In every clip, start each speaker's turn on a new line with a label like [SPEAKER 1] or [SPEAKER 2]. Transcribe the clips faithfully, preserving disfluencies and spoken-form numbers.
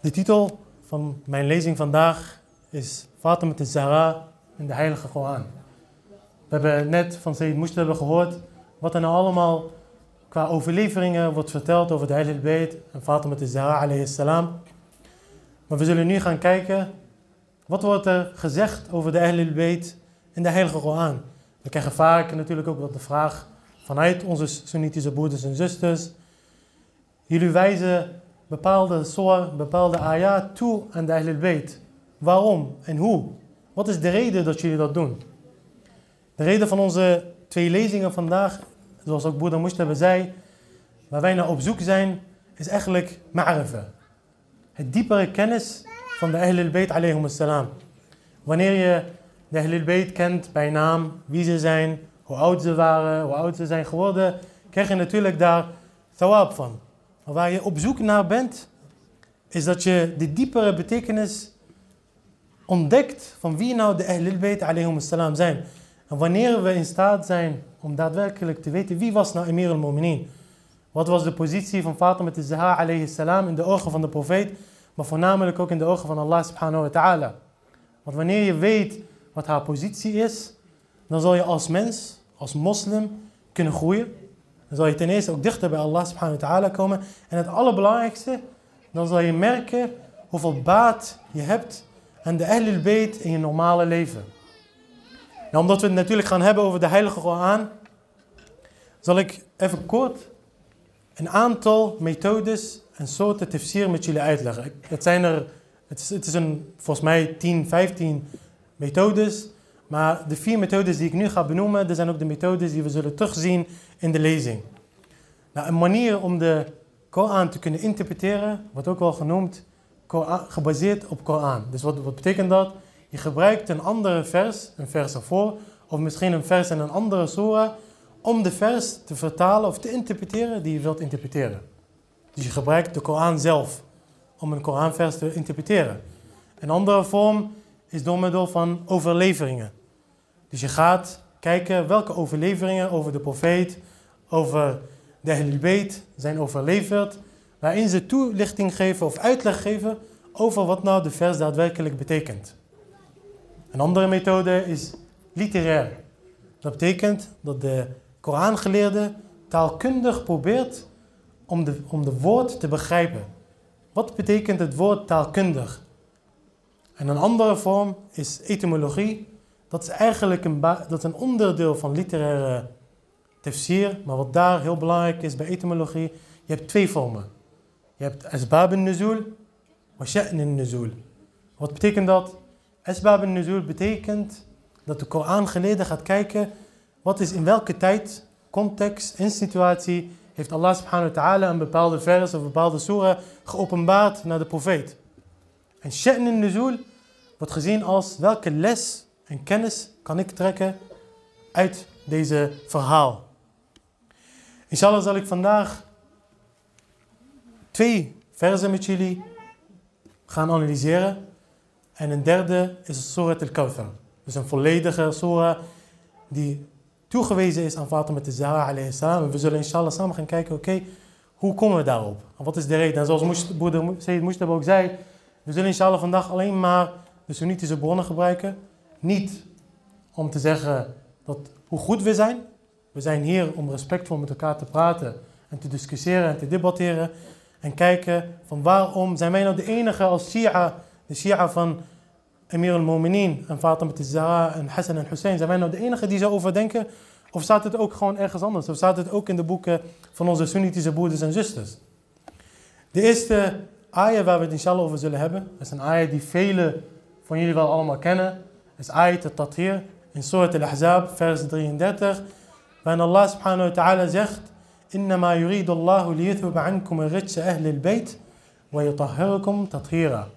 [SPEAKER 1] De titel van mijn lezing vandaag is Fatima az-Zahra in de Heilige Koran. We hebben net van Sayyid Mujtaba gehoord wat er nou allemaal qua overleveringen wordt verteld over de Ahlul Bayt en Fatima az-Zahra alayhi salam. Maar we zullen nu gaan kijken, wat wordt er gezegd over de Ahlul Bayt in de Heilige Koran. We krijgen vaak natuurlijk ook wat de vraag vanuit onze Soenitische broeders en zusters. Jullie wijzen bepaalde soor, bepaalde ayat toe aan de Ahlul Bayt. Waarom en hoe? Wat is de reden dat jullie dat doen? De reden van onze twee lezingen vandaag, zoals ook broeder Mujtaba zei, waar wij naar op zoek zijn, is eigenlijk ma'arifa. Het diepere kennis van de Ahlul Bayt alayhum salam. Wanneer je de Ahlul Bayt kent bij naam, wie ze zijn, hoe oud ze waren, hoe oud ze zijn geworden, krijg je natuurlijk daar thawab van. Maar waar je op zoek naar bent, is dat je de diepere betekenis ontdekt van wie nou de Ahlul Bayt alayhum salam zijn. En wanneer we in staat zijn om daadwerkelijk te weten wie was nou Amir al-Mu'minin. Wat was de positie van Fatima az-Zahra alayhi salam in de ogen van de profeet, maar voornamelijk ook in de ogen van Allah subhanahu wa ta'ala. Want wanneer je weet wat haar positie is, dan zal je als mens, als moslim kunnen groeien. Dan zal je ten eerste ook dichter bij Allah subhanahu wa ta'ala komen. En het allerbelangrijkste, dan zal je merken hoeveel baat je hebt aan de Ahlul Bayt in je normale leven. Nou, omdat we het natuurlijk gaan hebben over de Heilige Koran, zal ik even kort een aantal methodes en soorten tafsir met jullie uitleggen. Het zijn er, het is, het is een, volgens mij tien, vijftien methodes. Maar de vier methodes die ik nu ga benoemen, dat zijn ook de methodes die we zullen terugzien in de lezing. Nou, een manier om de Koran te kunnen interpreteren, wordt ook wel genoemd, Koran, gebaseerd op Koran. Dus wat, wat betekent dat? Je gebruikt een andere vers, een vers ervoor, of misschien een vers in een andere surah, om de vers te vertalen of te interpreteren die je wilt interpreteren. Dus je gebruikt de Koran zelf om een Koranvers te interpreteren. Een andere vorm is door middel van overleveringen. Dus je gaat kijken welke overleveringen over de profeet, over de Ahlul Bayt zijn overleverd, waarin ze toelichting geven of uitleg geven over wat nou de vers daadwerkelijk betekent. Een andere methode is literair. Dat betekent dat de Korangeleerde taalkundig probeert om de, om de woord te begrijpen. Wat betekent het woord taalkundig? En een andere vorm is etymologie. Dat is eigenlijk een, dat is een onderdeel van literaire tafsir. Maar wat daar heel belangrijk is bij etymologie, je hebt twee vormen. Je hebt asbab al-nuzul wa sha'n al-nuzul. Wat betekent dat? Asbab al-nuzul betekent dat de Korangeleerde gaat kijken wat is in welke tijd, context en situatie heeft Allah subhanahu wa ta'ala een bepaalde vers of een bepaalde surah geopenbaard naar de profeet. En sha'n al-nuzul wordt gezien als welke les en kennis kan ik trekken uit deze verhaal. Inshallah zal ik vandaag twee versen met jullie gaan analyseren. En een derde is Surat al-Kawthar. Dus een volledige surah die toegewezen is aan Fatima az-Zahra alayhi salam. En we zullen inshallah samen gaan kijken, oké, okay, hoe komen we daarop? En wat is de reden? En zoals broeder Sayyid Mujtaba ook zei, we zullen inshallah vandaag alleen maar de Soenitische bronnen gebruiken. Niet om te zeggen dat, hoe goed we zijn. We zijn hier om respectvol met elkaar te praten en te discussiëren en te debatteren. En kijken van waarom zijn wij nou de enige als Shia, de Shia van Amir al-Mu'minin en Fatima az-Zahra en Hassan en Hussein. Zijn wij nou de enige die zo overdenken? Of staat het ook gewoon ergens anders? Of staat het ook in de boeken van onze Soenitische broeders en zusters? De eerste ayah waar we het inshallah over zullen hebben, is een ayah die velen van jullie wel allemaal kennen, is ayat al-Tathir in Surat al-Ahzab, vers drieëndertig, waarin Allah subhanahu wa ta'ala zegt, innama yuridu Allahu liyuthiba ankum ar-rijsa ahli al-bayt wa yutahhirakum tathira.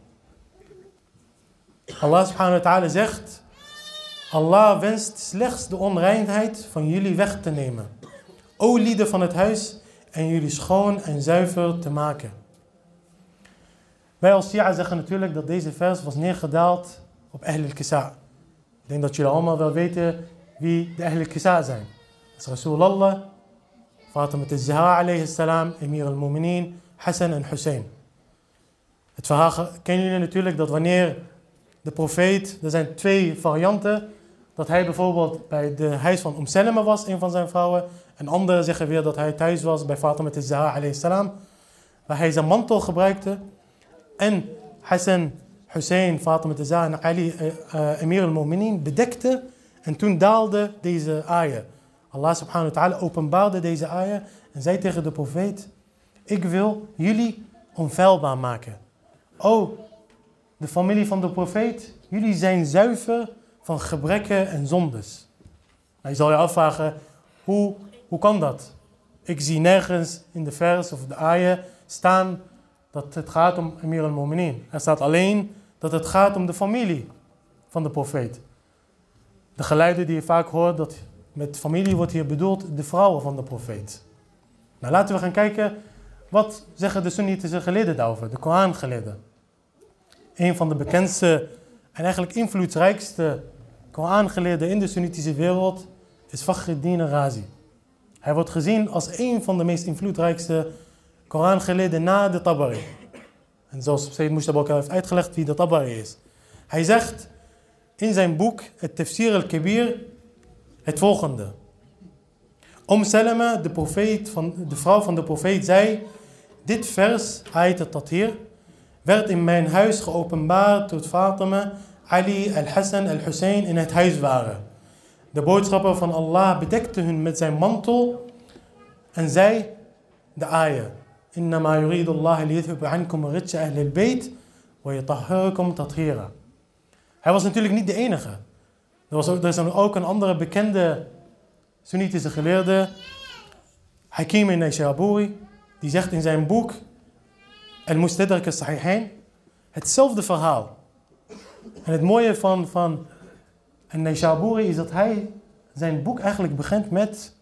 [SPEAKER 1] Allah subhanahu wa ta'ala zegt, Allah wenst slechts de onreinheid van jullie weg te nemen, o lieden van het huis, en jullie schoon en zuiver te maken. Wij als Shia zeggen natuurlijk dat deze vers was neergedaald op Ahl al-Kisa. Ik denk dat jullie allemaal wel weten wie de Ahl al-Kisa zijn. Dat is Rasulallah, Fatima az-Zahra alayhi salam, Amir al-Mu'minin, Hassan en Hussein. Het verhaal kennen jullie natuurlijk dat wanneer de profeet, er zijn twee varianten, dat hij bijvoorbeeld bij de huis van Umm Salama was, een van zijn vrouwen, en anderen zeggen weer dat hij thuis was bij Fatima az-Zahra alayhi salam, waar hij zijn mantel gebruikte. En Hassan, Hussein, Fatima az-Zahra en Ali, uh, uh, Emir al-Mu'minin, bedekte. En toen daalde deze ayah. Allah subhanahu wa ta'ala openbaarde deze ayah en zei tegen de profeet: ik wil jullie onfeilbaar maken. O, de familie van de profeet, jullie zijn zuiver van gebreken en zondes. Nou, je zal je afvragen, hoe, hoe kan dat? Ik zie nergens in de vers of de ayah staan dat het gaat om Emir al-Mu'minin. Er staat alleen dat het gaat om de familie van de profeet. De geluiden die je vaak hoort, dat met familie wordt hier bedoeld de vrouwen van de profeet. Nou, laten we gaan kijken, wat zeggen de Soenitische geleerden daarover, de Koran-geleerden. Een van de bekendste en eigenlijk invloedrijkste Koran-geleerden in de Soenitische wereld is Fakhreddin Razi. Hij wordt gezien als een van de meest invloedrijkste Koran-geleerden na de Tabari. En zoals Sayyid Mujtaba heeft uitgelegd wie de Tabari is. Hij zegt in zijn boek, het Tafsir al-Kabir, het volgende. Umm Salama, de, profeet van, de vrouw van de profeet, zei: dit vers, ayat al-Tathir, werd in mijn huis geopenbaard tot Fatima, Ali, al-Hassan, al-Hussein in het huis waren. De boodschapper van Allah bedekte hun met zijn mantel en zei de ayah: Innama yuridu Allah liyudhhiba ankum rijsa ahli al-bayt wa yutahhirakum tathira. Hij was natuurlijk niet de enige. Er, was ook, er is ook een andere bekende Soenitische geleerde, Hakim al-Naysaburi, die zegt in zijn boek Al-Mustadrak al-Sahihain hetzelfde verhaal. En het mooie van, van al-Naysaburi is dat hij zijn boek eigenlijk begint met: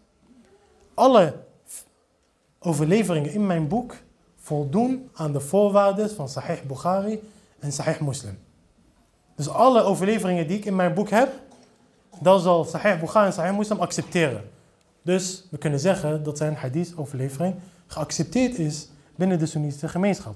[SPEAKER 1] alle overleveringen in mijn boek voldoen aan de voorwaarden van Sahih Bukhari en Sahih Muslim. Dus alle overleveringen die ik in mijn boek heb, dat zal Sahih Bukhari en Sahih Muslim accepteren. Dus we kunnen zeggen dat zijn hadith-overlevering geaccepteerd is binnen de Soenitische gemeenschap.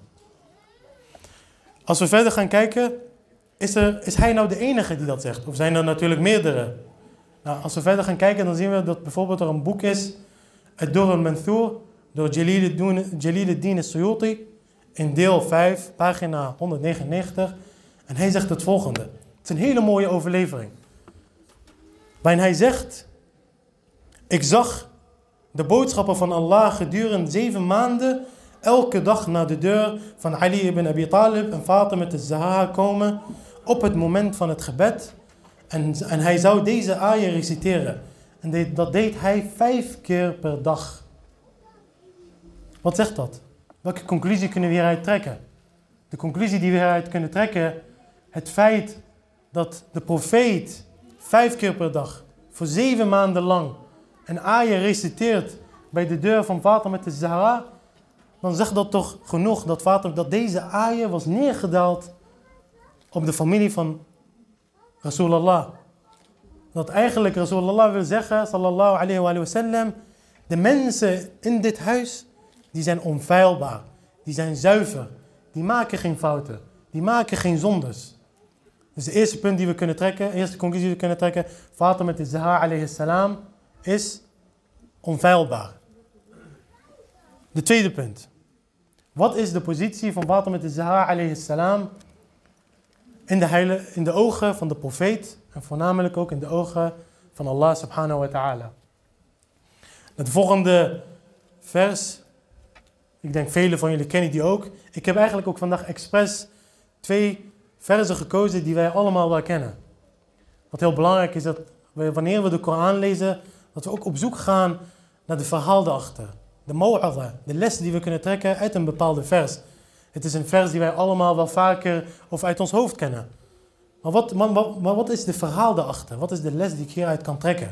[SPEAKER 1] Als we verder gaan kijken, is, er, is hij nou de enige die dat zegt? Of zijn er natuurlijk meerdere? Nou, als we verder gaan kijken, dan zien we dat bijvoorbeeld er een boek is, Ad-Durr al-Manthur, door Jalaluddin as-Suyuti, in deel vijf, pagina honderdnegenennegentig. En hij zegt het volgende. Het is een hele mooie overlevering. Waarin hij zegt: ik zag de boodschapper van Allah gedurende zeven maanden elke dag naar de deur van Ali ibn Abi Talib en Fatima az-Zahra komen op het moment van het gebed. En, en hij zou deze ayah reciteren. En deed, dat deed hij vijf keer per dag. Wat zegt dat? Welke conclusie kunnen we hieruit trekken? De conclusie die we hieruit kunnen trekken, het feit dat de profeet vijf keer per dag voor zeven maanden lang een ayah reciteert bij de deur van Fatima az-Zahra, dan zegt dat toch genoeg dat, Fatima, dat deze ayah was neergedaald op de familie van Rasulallah. Dat eigenlijk Rasulallah wil zeggen, sallallahu alayhi wa sallam, de mensen in dit huis, die zijn onfeilbaar, die zijn zuiver, die maken geen fouten, die maken geen zondes. Dus de eerste punt die we kunnen trekken, de eerste conclusie die we kunnen trekken, Fatima az-Zahra alayhi salam is onfeilbaar. De tweede punt. Wat is de positie van Fatima az-Zahra alayhi salam in de, heile, in de ogen van de profeet en voornamelijk ook in de ogen van Allah subhanahu wa ta'ala? Het volgende vers, ik denk velen van jullie kennen die ook. Ik heb eigenlijk ook vandaag expres twee versen gekozen die wij allemaal wel kennen. Wat heel belangrijk is, dat we, wanneer we de Koran lezen, dat we ook op zoek gaan naar de verhaal daarachter. De maw'adha, de les die we kunnen trekken uit een bepaalde vers. Het is een vers die wij allemaal wel vaker of uit ons hoofd kennen. Maar wat, maar, maar wat is de verhaal daarachter? Wat is de les die ik hieruit kan trekken?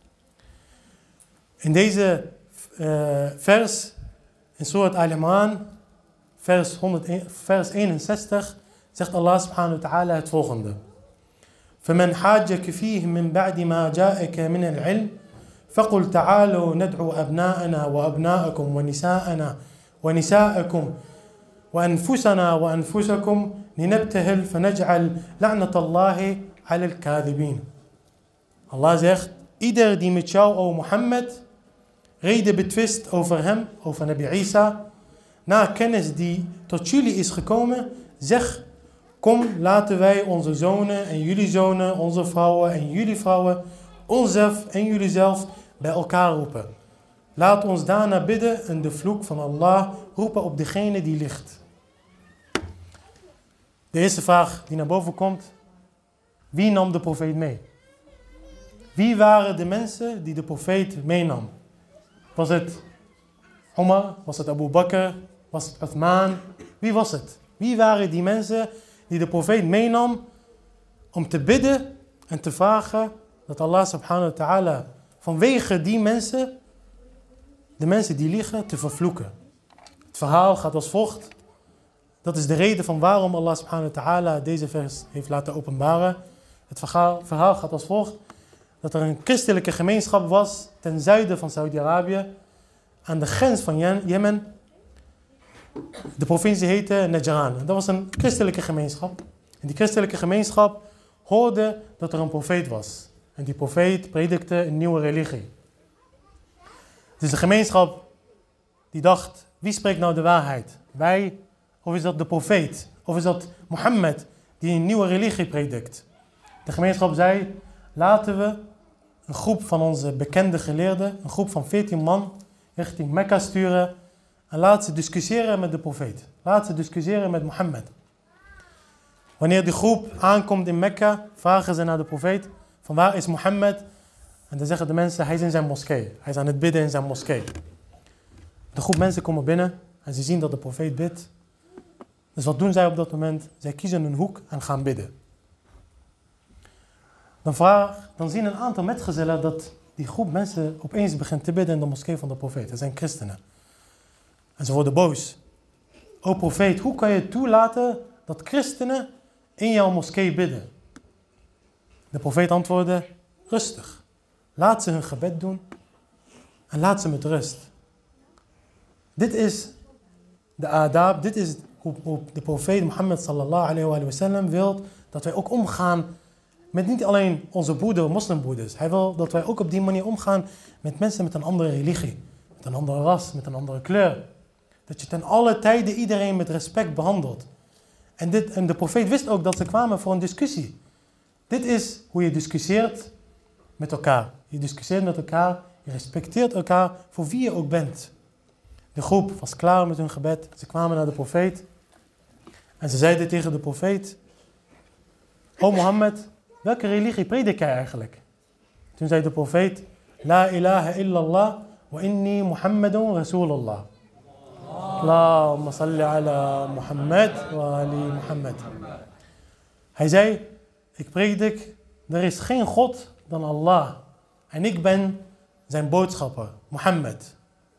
[SPEAKER 1] In deze uh, vers, in Surat Al-Imran, vers, honderd, vers eenenzestig, zegt Allah subhanahu wa ta'ala het volgende. فَمَنْ حَاجَّكَ فِيهِ مِنْ بَعْدِ مَا جَاءَكَ مِنَ الْعِلْمِ فَقُلْ تَعَالُوا نَدْعُوا أَبْنَاءَنَا وَأَبْنَاءَكُمْ وَنِسَاءَنَا وَنِسَاءَكُمْ وأنفسنا وأنفسكم لنبتهل فنجعل لعنة الله على الكاذبين. Allah zegt, ieder die met jou, o Mohammed, reden betwist over hem, over Nabi Isa, na kennis die tot jullie is gekomen, zeg, kom, laten wij onze zonen en jullie zonen, onze vrouwen en jullie vrouwen, onszelf en jullie zelf bij elkaar roepen. Laat ons daarna bidden en de vloek van Allah roepen op degene die ligt. De eerste vraag die naar boven komt, wie nam de profeet mee? Wie waren de mensen die de profeet meenam? Was het Omar? Was het Abu Bakr? Was het Uthman? Wie was het? Wie waren die mensen die de profeet meenam om te bidden en te vragen dat Allah subhanahu wa ta'ala vanwege die mensen, de mensen die liegen, te vervloeken? Het verhaal gaat als volgt. Dat is de reden van waarom Allah subhanahu wa ta'ala deze vers heeft laten openbaren. Het verhaal, verhaal gaat als volgt. Dat er een christelijke gemeenschap was ten zuiden van Saudi-Arabië, aan de grens van Jemen. De provincie heette Najran. Dat was een christelijke gemeenschap. En die christelijke gemeenschap hoorde dat er een profeet was. En die profeet predikte een nieuwe religie. Dus de gemeenschap die dacht, wie spreekt nou de waarheid? Wij, of is dat de profeet? Of is dat Mohammed die een nieuwe religie predikt? De gemeenschap zei, laten we een groep van onze bekende geleerden, een groep van veertien man, richting Mekka sturen en laten ze discussiëren met de profeet. Laten ze discussiëren met Mohammed. Wanneer die groep aankomt in Mekka, vragen ze naar de profeet, van waar is Mohammed? En dan zeggen de mensen, hij is in zijn moskee. Hij is aan het bidden in zijn moskee. De groep mensen komen binnen en ze zien dat de profeet bidt. Dus wat doen zij op dat moment? Zij kiezen een hoek en gaan bidden. Dan, vraag, dan zien een aantal metgezellen dat die groep mensen opeens begint te bidden in de moskee van de profeet. Dat zijn christenen. En ze worden boos. O profeet, hoe kan je toelaten dat christenen in jouw moskee bidden? De profeet antwoordde, rustig. Laat ze hun gebed doen en laat ze met rust. Dit is de adab, dit is hoe, hoe de profeet Mohammed sallallahu alayhi wa sallam wil dat wij ook omgaan met niet alleen onze broeder, moslimbroeders. Hij wil dat wij ook op die manier omgaan met mensen met een andere religie, met een andere ras, met een andere kleur. Dat je ten alle tijde iedereen met respect behandelt. En, dit, en de profeet wist ook dat ze kwamen voor een discussie. Dit is hoe je discussieert met elkaar. Je discussieert met elkaar, je respecteert elkaar voor wie je ook bent. De groep was klaar met hun gebed. Ze kwamen naar de profeet. En ze zeiden tegen de profeet, O Mohammed, welke religie predik jij eigenlijk? Toen zei de profeet, La ilaha illallah wa inni Muhammadun Rasulullah. Allahumma salli ala Muhammad wa ali Muhammad. Hij zei, ik predik, er is geen God dan Allah. En ik ben zijn boodschapper, Mohammed.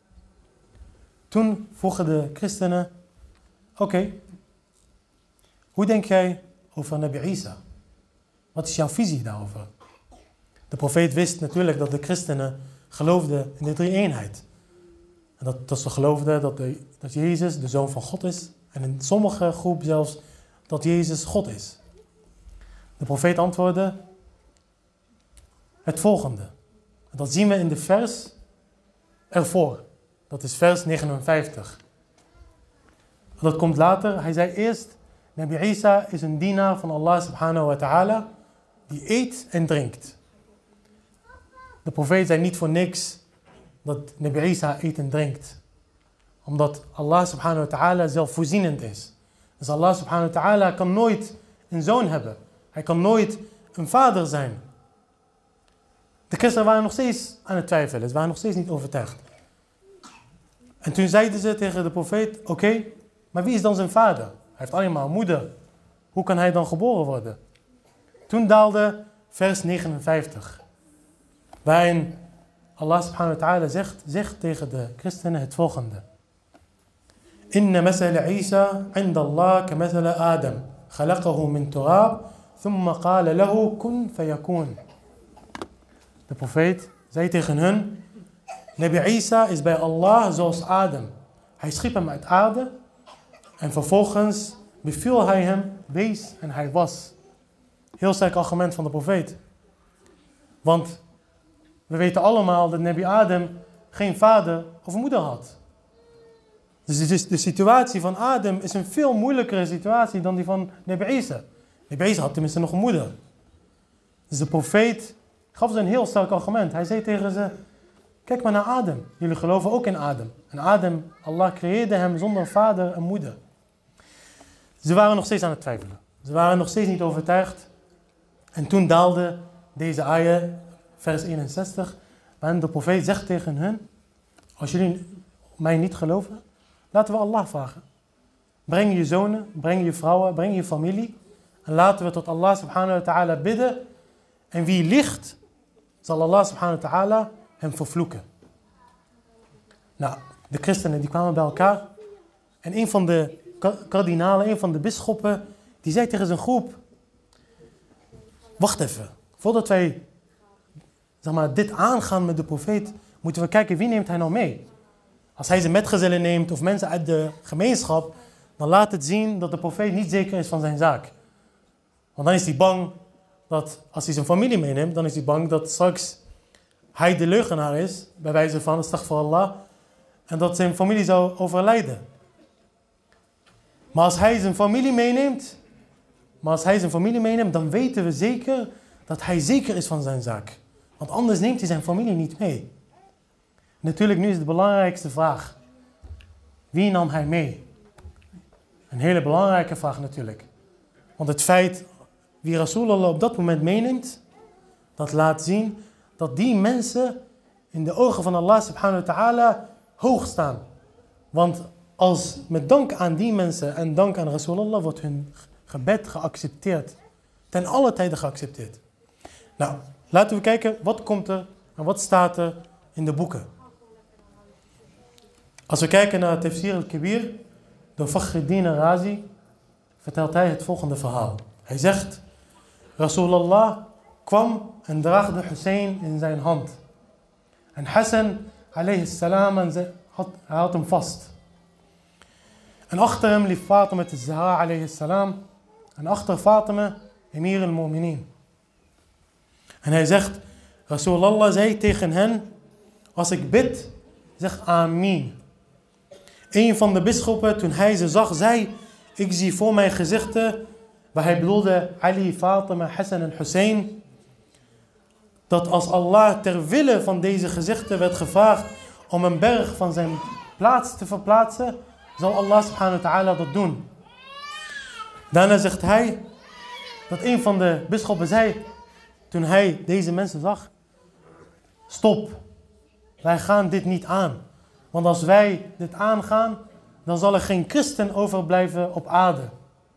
[SPEAKER 1] Toen vroegen de christenen, oké, okay, hoe denk jij over Nabi Isa? Wat is jouw visie daarover? De profeet wist natuurlijk dat de christenen geloofden in de drie-eenheid. En dat, dat ze geloofden dat, de, dat Jezus de Zoon van God is. En in sommige groep zelfs dat Jezus God is. De profeet antwoordde het volgende. Dat zien we in de vers ervoor. Dat is vers negenenvijftig. Dat komt later. Hij zei eerst, Nabi Isa is een dienaar van Allah subhanahu wa ta'ala. Die eet en drinkt. De profeet zei niet voor niks dat Nabi Isa eet en drinkt. Omdat Allah subhanahu wa ta'ala zelfvoorzienend is. Dus Allah subhanahu wa ta'ala kan nooit een zoon hebben. Hij kan nooit een vader zijn. De christenen waren nog steeds aan het twijfelen. Ze waren nog steeds niet overtuigd. En toen zeiden ze tegen de profeet, oké, okay, maar wie is dan zijn vader? Hij heeft alleen maar een moeder. Hoe kan hij dan geboren worden? Toen daalde vers negenenvijftig. Waarin Allah subhanahu wa ta'ala zegt, zegt tegen de christenen het volgende. Inna masala Isa inda Allah ka masala Adam. Khalaqahu min turab. Thumma qala lahu kun fayakun. De profeet zei tegen hun, Nabi Isa is bij Allah zoals Adam. Hij schiep hem uit aarde En vervolgens beviel hij hem, wees en hij was. Heel sterk argument van de profeet. Want we weten allemaal dat Nabi Adam geen vader of moeder had. Dus de situatie van Adam is een veel moeilijkere situatie dan die van Nabi Isa. Nabi Isa had tenminste nog een moeder. Dus de profeet gaf ze een heel sterk argument. Hij zei tegen ze, kijk maar naar Adam. Jullie geloven ook in Adam. En Adam, Allah creëerde hem zonder vader en moeder. Ze waren nog steeds aan het twijfelen. Ze waren nog steeds niet overtuigd. En toen daalde deze ayah, vers eenenzestig, waarin de profeet zegt tegen hen, als jullie mij niet geloven, laten we Allah vragen. Breng je zonen, breng je vrouwen, breng je familie. En laten we tot Allah subhanahu wa ta'ala bidden. En wie liegt, zal Allah subhanahu wa ta'ala hem vervloeken. Nou, de christenen die kwamen bij elkaar. En een van de kardinalen, een van de bisschoppen, die zei tegen zijn groep, wacht even, voordat wij zeg maar, dit aangaan met de profeet, moeten we kijken wie neemt hij nou mee. Als hij zijn metgezellen neemt of mensen uit de gemeenschap, dan laat het zien dat de profeet niet zeker is van zijn zaak. Want dan is hij bang dat als hij zijn familie meeneemt, dan is hij bang dat straks hij de leugenaar is, bij wijze van astaghfirullah, en dat zijn familie zou overlijden. Maar als hij zijn familie meeneemt, maar als hij zijn familie meeneemt, dan weten we zeker dat hij zeker is van zijn zaak. Want anders neemt hij zijn familie niet mee. Natuurlijk, nu is de belangrijkste vraag. Wie nam hij mee? Een hele belangrijke vraag natuurlijk. Want het feit wie Rasulullah op dat moment meeneemt, dat laat zien dat die mensen in de ogen van Allah subhanahu wa ta'ala hoog staan. Want als met dank aan die mensen en dank aan Rasulullah wordt hun gebed geaccepteerd. Ten alle tijden geaccepteerd. Nou, laten we kijken wat komt er en wat staat er in de boeken. Als we kijken naar Tafsir al-Kabir door Fakhruddin al-Razi, vertelt hij het volgende verhaal. Hij zegt, Rasulullah kwam en draagde Hussein in zijn hand. En Hassan, alayhi salam, hij had hem vast. En achter hem liep Fatima az-Zahra, alayhi salam. En achter Fatima, Emir al-Mu'minin. En hij zegt, Rasulullah zei tegen hen, als ik bid, zeg amin. Een van de bisschoppen, toen hij ze zag, zei, ik zie voor mijn gezichten, waar hij bedoelde Ali, Fatima, Hassan en Hussein, dat als Allah ter wille van deze gezichten werd gevraagd om een berg van zijn plaats te verplaatsen, zal Allah subhanahu wa ta'ala dat doen. Daarna zegt hij dat een van de bisschoppen zei, toen hij deze mensen zag, stop, wij gaan dit niet aan. Want als wij dit aangaan, dan zal er geen christen overblijven op aarde.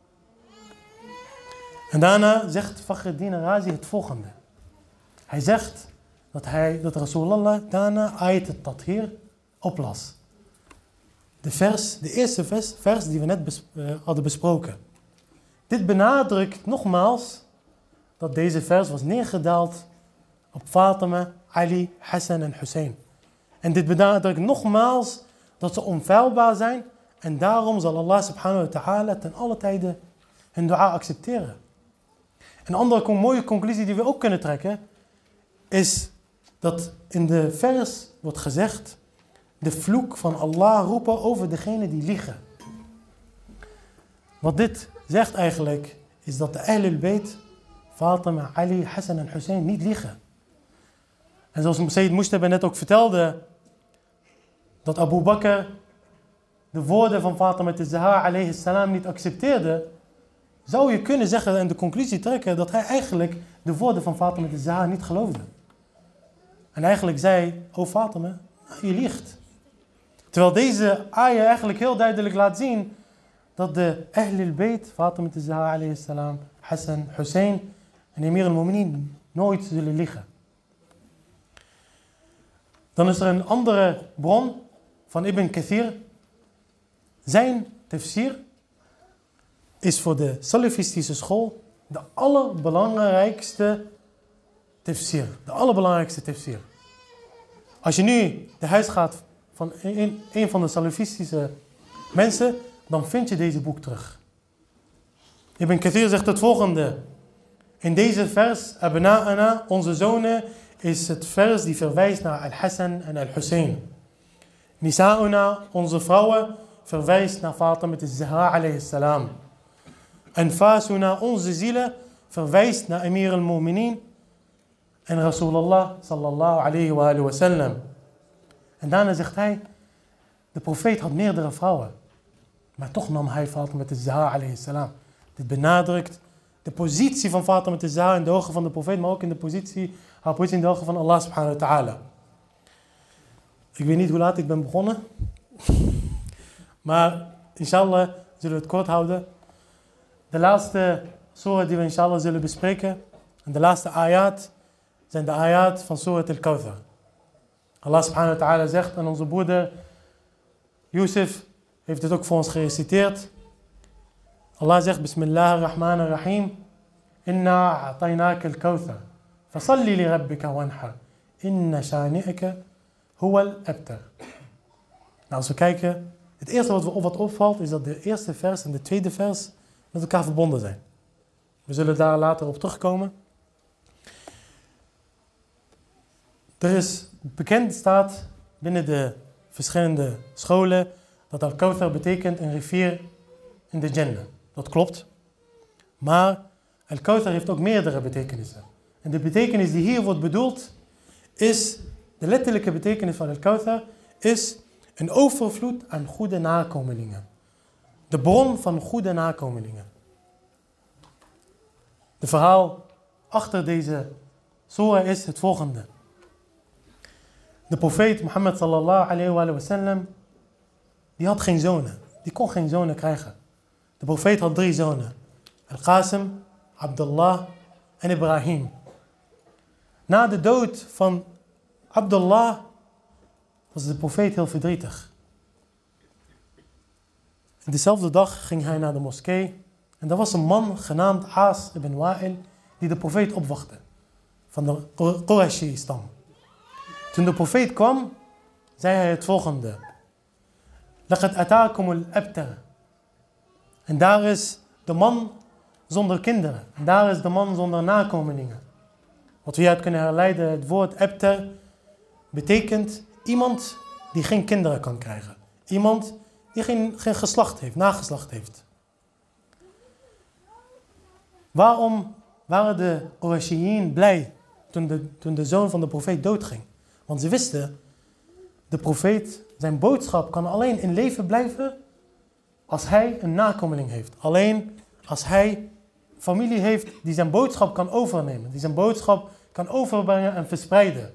[SPEAKER 1] En daarna zegt Fakhruddin al-Razi het volgende. Hij zegt dat, hij, dat Rasulullah daarna ayat al-Tathir oplas. De, vers, de eerste vers, vers die we net bes, uh, hadden besproken. Dit benadrukt nogmaals dat deze vers was neergedaald op Fatima, Ali, Hassan en Hussein. En dit benadrukt nogmaals dat ze onfeilbaar zijn en daarom zal Allah subhanahu wa ta'ala ten alle tijden hun dua accepteren. Een andere mooie conclusie die we ook kunnen trekken is dat in de vers wordt gezegd de vloek van Allah roepen over degene die liegen. Wat dit zegt eigenlijk is dat de Ahlul Bayt, Fatima, Ali, Hassan en Hussein niet liegen. En zoals Sayyid Mujtaba net ook vertelde, dat Abu Bakr de woorden van Fatima az-Zahra alayhi salam niet accepteerde, zou je kunnen zeggen en de conclusie trekken dat hij eigenlijk de woorden van Fatima az-Zahra niet geloofde. En eigenlijk zei, o Fatima, je liegt. Terwijl deze ayah eigenlijk heel duidelijk laat zien dat de Ahlul Bayt, Fatima az-Zahra alayhi salam, Hassan, Hussein en Emir al-Mu'minin nooit zullen liegen. Dan is er een andere bron van Ibn Kathir. Zijn tafsir is voor de salafistische school de allerbelangrijkste tafsir. De allerbelangrijkste tafsir. Als je nu de huis gaat van een, een van de salafistische mensen, dan vind je deze boek terug. Ibn Kathir zegt het volgende. In deze vers, Abna'ana, onze zonen, is het vers die verwijst naar Al-Hassan en Al-Hussein. Nisa'una, onze vrouwen, verwijst naar Fatima az-Zahra alayhi salam. Anfasuna, onze zielen, verwijst naar Amir al-Mu'minin en Rasulullah sallallahu alayhi wa alihi wa sallam. En daarna zegt hij, de profeet had meerdere vrouwen. Maar toch nam hij Fatima az-Zahra alayhi salam. Dit benadrukt de positie van Fatima az-Zahra in de ogen van de profeet, maar ook in de positie, haar positie in de ogen van Allah subhanahu wa ta'ala. Ik weet niet hoe laat ik ben begonnen. Maar inshallah zullen we het kort houden. De laatste surah die we inshallah zullen bespreken. En de laatste ayat zijn de ayat van surah al-Kawthar. Allah subhanahu wa ta'ala zegt, en onze broeder Yusuf heeft het ook voor ons gereciteerd. Allah zegt, Bismillahirrahmanirrahim. Inna a'tainaka al-Kawthar. Fasalli li rabbika wanhar. Inna shani'aka huwa al-abtar. Nou, als we kijken, het eerste wat, we, wat opvalt is dat de eerste vers en de tweede vers met elkaar verbonden zijn. We zullen daar later op terugkomen. Er is bekend staat binnen de verschillende scholen dat Al-Kawthar betekent een rivier in de Jannah. Dat klopt. Maar Al-Kawthar heeft ook meerdere betekenissen. En de betekenis die hier wordt bedoeld is, de letterlijke betekenis van Al-Kawthar is een overvloed aan goede nakomelingen. De bron van goede nakomelingen. De verhaal achter deze surah is het volgende. De profeet Mohammed sallallahu alayhi wa sallam, die had geen zonen. Die kon geen zonen krijgen. De profeet had drie zonen. Al-Qasim, Abdullah en Ibrahim. Na de dood van Abdullah was de profeet heel verdrietig. En dezelfde dag ging hij naar de moskee. En er was een man genaamd Aas ibn Wa'il die de profeet opwachtte. Van de Qurashi-stam. Toen de profeet kwam, zei hij het volgende. Laqad ataakum al-abtar. En daar is de man zonder kinderen. En daar is de man zonder nakomelingen. Wat we hieruit kunnen herleiden, het woord abtar betekent iemand die geen kinderen kan krijgen. Iemand die geen, geen geslacht heeft, nageslacht heeft. Waarom waren de Qurashiyin blij toen de, toen de zoon van de profeet doodging? Want ze wisten, de profeet, zijn boodschap kan alleen in leven blijven als hij een nakomeling heeft. Alleen als hij familie heeft die zijn boodschap kan overnemen. Die zijn boodschap kan overbrengen en verspreiden.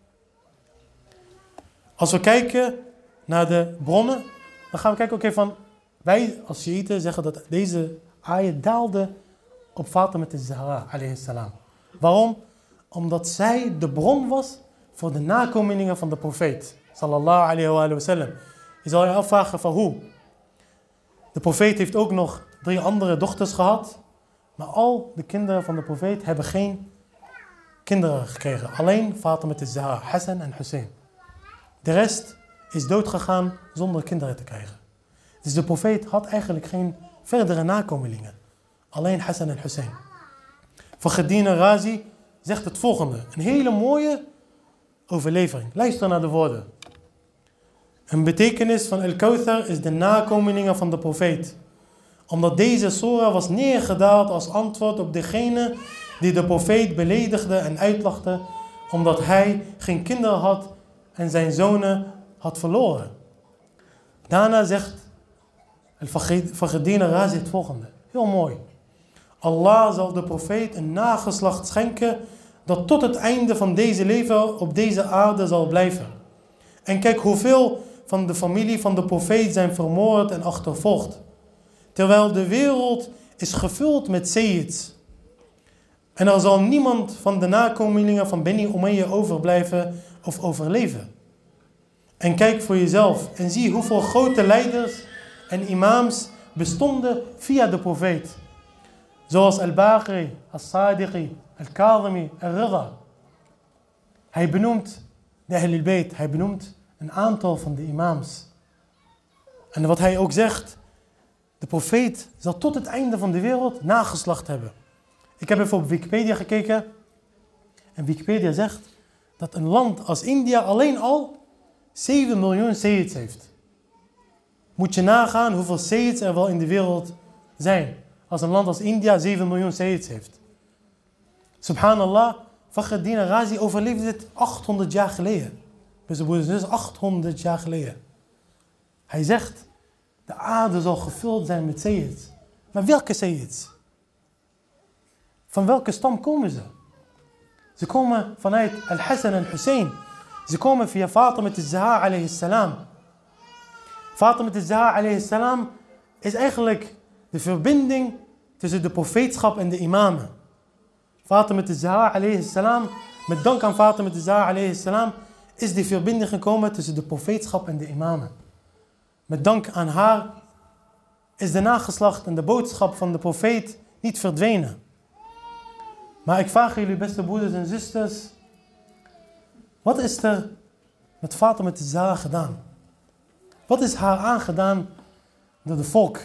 [SPEAKER 1] Als we kijken naar de bronnen, dan gaan we kijken, oké, okay, van wij als Shiiten zeggen dat deze ayat daalde op Fatima az-Zahra alayhi salam. Waarom? Omdat zij de bron was voor de nakomelingen van de profeet sallallahu alayhi wa sallam. Je zal je afvragen van hoe. De profeet heeft ook nog drie andere dochters gehad, maar al de kinderen van de profeet hebben geen kinderen gekregen. Alleen Fatima az-Zahra, Hassan en Hussein. De rest is doodgegaan zonder kinderen te krijgen. Dus de profeet had eigenlijk geen verdere nakomelingen. Alleen Hassan en Hussein. Fakhreddin Razi zegt het volgende. Een hele mooie overlevering. Luister naar de woorden. Een betekenis van Al-Kawthar is de nakomelingen van de profeet. Omdat deze surah was neergedaald als antwoord op degene die de profeet beledigde en uitlachte. Omdat hij geen kinderen had en zijn zonen had verloren. Daarna zegt Fakhreddin Razi het volgende. Heel mooi. Allah zal de profeet een nageslacht schenken dat tot het einde van deze leven op deze aarde zal blijven. En kijk hoeveel van de familie van de profeet zijn vermoord en achtervolgd. Terwijl de wereld is gevuld met sayyids. En er zal niemand van de nakomelingen van Beni Umayya overblijven of overleven. En kijk voor jezelf en zie hoeveel grote leiders en imams bestonden via de profeet. Zoals Al-Baqir, Al-Sadiqi, Al-Kadhimi, Al-Ridha. Hij benoemt de Ahlul Bayt, hij benoemt een aantal van de imams. En wat hij ook zegt, de profeet zal tot het einde van de wereld nageslacht hebben. Ik heb even op Wikipedia gekeken. En Wikipedia zegt dat een land als India alleen al zeven miljoen Sayyids heeft. Moet je nagaan hoeveel Sayyids er wel in de wereld zijn. Als een land als India zeven miljoen Sayyids heeft. Subhanallah, Fakhreddin Razi overleefde dit achthonderd jaar geleden. Dus achthonderd jaar geleden. Hij zegt, de aarde zal gevuld zijn met Sayyids. Maar welke Sayyids? Van welke stam komen ze? Ze komen vanuit Al-Hassan en Hussein. Ze komen via Fatima al-Zahra alayhi salam. Fatima al-Zahra alayhi salam is eigenlijk de verbinding tussen de profeetschap en de imamen. Fatima al-Zahra alayhi salam, met dank aan Fatima al-Zahra alayhi salam, is die verbinding gekomen tussen de profeetschap en de imamen. Met dank aan haar is de nageslacht en de boodschap van de profeet niet verdwenen. Maar ik vraag jullie, beste broeders en zusters, wat is er met Fatima al-Zahra gedaan? Wat is haar aangedaan door de volk?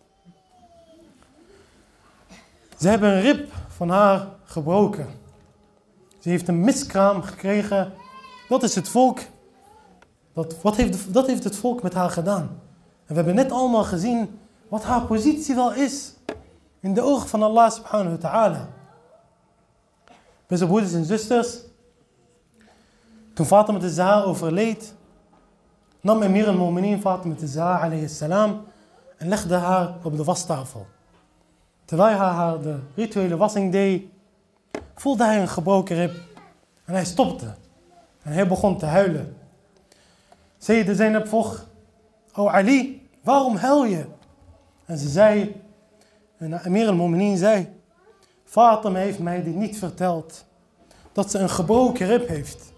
[SPEAKER 1] Ze hebben een rib van haar gebroken. Ze heeft een miskraam gekregen. Dat is het volk. Dat, wat heeft, dat heeft het volk met haar gedaan. En we hebben net allemaal gezien wat haar positie wel is in de ogen van Allah subhanahu wa ta'ala. Beste broeders en zusters, toen Fatima al-Zahra overleed, nam Emir al-Mu'minin Fatima al-Zahra alayhi salam en legde haar op de wastafel. Terwijl hij haar de rituele wassing deed, voelde hij een gebroken rib. En hij stopte. En hij begon te huilen. Sayyida Zainab vroeg, O Ali, waarom huil je? En ze zei, en Emir al-Mu'minin zei, Fatima heeft mij dit niet verteld. Dat ze een gebroken rib heeft.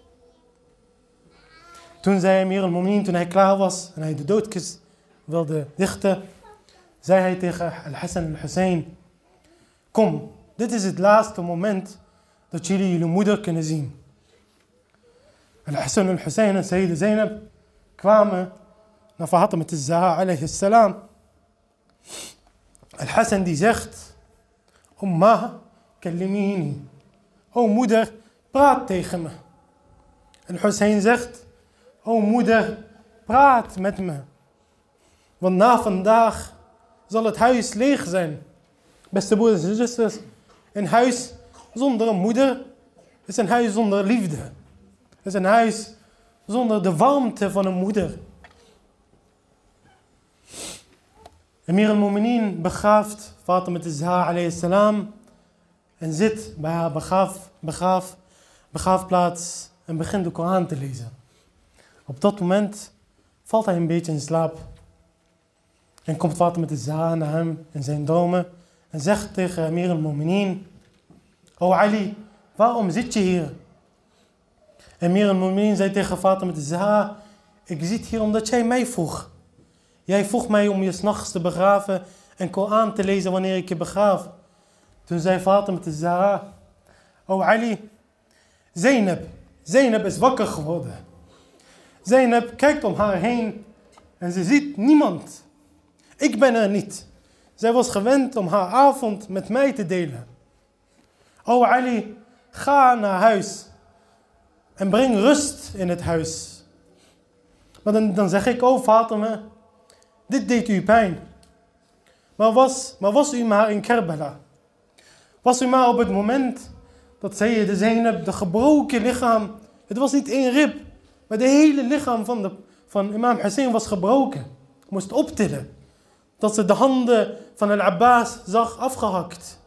[SPEAKER 1] Toen zei Emir al-Mu'minin, toen hij klaar was en hij de doodkist wilde dichten, zei hij tegen Al-Hassan en Hussein, kom, dit is het laatste moment dat jullie jullie moeder kunnen zien. Al-Hassan en Hussein en Sayyida Zainab kwamen naar Fatima al-Zahra alayhi salam. Al-Hassan die zegt, Umma, kallimini. O moeder, praat tegen me. En Hussein zegt, o moeder, praat met me. Want na vandaag zal het huis leeg zijn. Beste broeders en zusters, een huis zonder een moeder is een huis zonder liefde. Is een huis zonder de warmte van een moeder. Emir al-Mu'minin begraaft Fatima al-Zahra alayhi salam en zit bij haar begraaf, begraaf, begraafplaats en begint de Koran te lezen. Op dat moment valt hij een beetje in slaap. En komt Fatima al-Zahra naar hem in zijn dromen en zegt tegen Emir al-Mu'minin, O Ali, waarom zit je hier? Emir al-Mu'minin zei tegen Fatima al-Zahra, ik zit hier omdat jij mij vroeg. Jij vroeg mij om je 's nachts te begraven en Koran te lezen wanneer ik je begraaf. Toen zei Fatima al-Zahra, O Ali, Zainab, Zainab is wakker geworden. Zainab kijkt om haar heen en ze ziet niemand. Ik ben er niet. Zij was gewend om haar avond met mij te delen. O Ali, ga naar huis en breng rust in het huis. Maar dan, dan zeg ik, o Fatima, dit deed u pijn. Maar was, maar was u maar in Kerbala. Was u maar op het moment dat Sayyida Zainab, de gebroken lichaam, het was niet één rib, maar de hele lichaam van, de, van imam Hussein was gebroken. Moest optillen. Dat ze de handen van Al-Abbas zag afgehakt.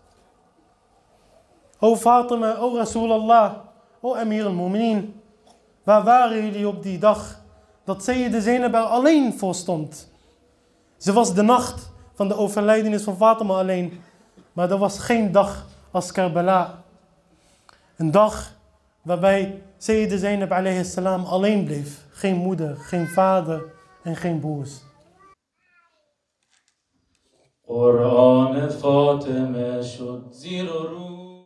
[SPEAKER 1] O Fatima, o Rasulallah, o Emir al-Mu'minin, waar waren jullie op die dag dat Sayyida Zainab er alleen voor stond? Ze was de nacht van de overlijdenis van Fatima alleen, maar er was geen dag als Karbala. Een dag waarbij Sayyida Zainab alayhi salam alleen bleef. Geen moeder, geen vader en geen broers.
[SPEAKER 2] قرآن فاطمه شد زیر و رو